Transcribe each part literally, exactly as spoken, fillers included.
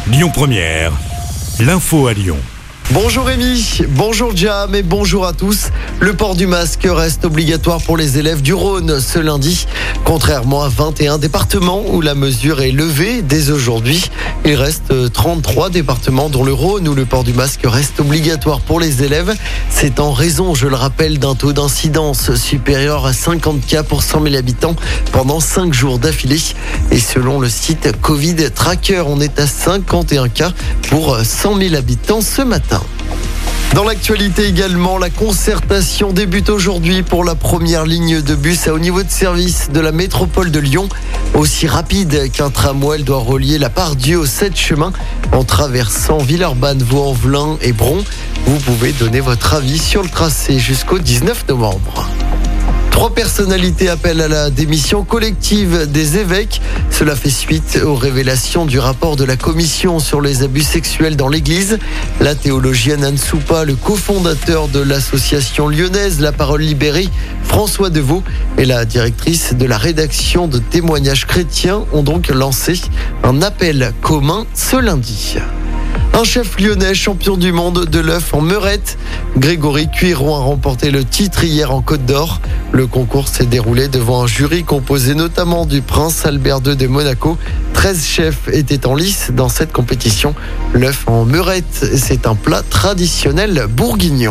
Lyon Première, l'info à Lyon. Bonjour Rémi, bonjour Jam et bonjour à tous. Le port du masque reste obligatoire pour les élèves du Rhône ce lundi. Contrairement à vingt et un départements où la mesure est levée dès aujourd'hui, il reste trente-trois départements dont le Rhône où le port du masque reste obligatoire pour les élèves. C'est en raison, je le rappelle, d'un taux d'incidence supérieur à cinquante cas pour cent mille habitants pendant cinq jours d'affilée. Et selon le site Covid Tracker, on est à cinquante et un cas pour cent mille habitants ce matin. Dans l'actualité également, la concertation débute aujourd'hui pour la première ligne de bus à haut niveau de service de la métropole de Lyon. Aussi rapide qu'un tramway, elle doit relier la Part-Dieu aux sept chemins en traversant Villeurbanne, Vaux-en-Velin et Bron. Vous pouvez donner votre avis sur le tracé jusqu'au dix-neuf novembre. Trois personnalités appellent à la démission collective des évêques. Cela fait suite aux révélations du rapport de la commission sur les abus sexuels dans l'église. La théologienne Anne Soupa, le cofondateur de l'association lyonnaise La Parole Libérée, François Deveau, et la directrice de la rédaction de Témoignages chrétiens ont donc lancé un appel commun ce lundi. Un chef lyonnais champion du monde de l'œuf en meurette. Grégory Cuiron a remporté le titre hier en Côte d'Or. Le concours s'est déroulé devant un jury composé notamment du prince Albert deux de Monaco. treize chefs étaient en lice dans cette compétition. L'œuf en meurette, c'est un plat traditionnel bourguignon.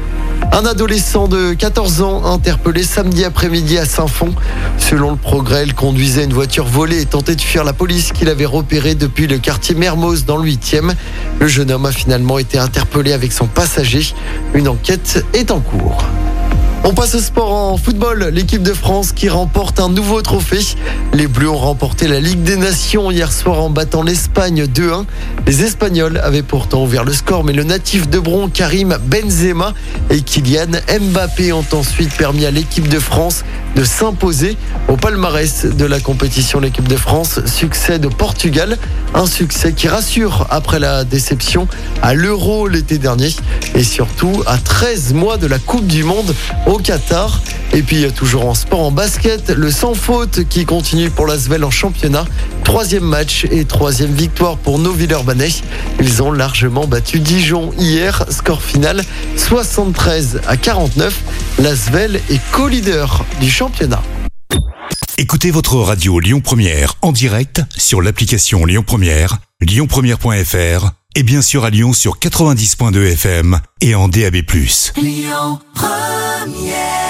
Un adolescent de quatorze ans interpellé samedi après-midi à Saint-Fond. Selon le Progrès, il conduisait une voiture volée et tentait de fuir la police qu'il avait repérée depuis le quartier Mermoz dans le huitième. Le jeune homme a finalement été interpellé avec son passager. Une enquête est en cours. On passe au sport en football. L'équipe de France qui remporte un nouveau trophée. Les Bleus ont remporté la Ligue des Nations hier soir en battant l'Espagne deux un. Les Espagnols avaient pourtant ouvert le score, mais le natif de Bron, Karim Benzema et Kylian Mbappé ont ensuite permis à l'équipe de France de s'imposer. Au palmarès de la compétition, l'équipe de France succède au Portugal. Un succès qui rassure après la déception à l'Euro l'été dernier et surtout à treize mois de la Coupe du Monde au Qatar. Et puis toujours en sport, en basket, le sans faute qui continue pour l'Asvel en championnat. Troisième match et troisième victoire pour nos Villeurbanais. Ils ont largement battu Dijon hier. Score final soixante-treize à quarante-neuf. L'Asvel est co-leader du championnat. Écoutez votre radio Lyon Première en direct sur l'application Lyon Première, lyon première point f r et bien sûr à Lyon sur quatre-vingt-dix point deux F M et en D A B plus. Lyon Première.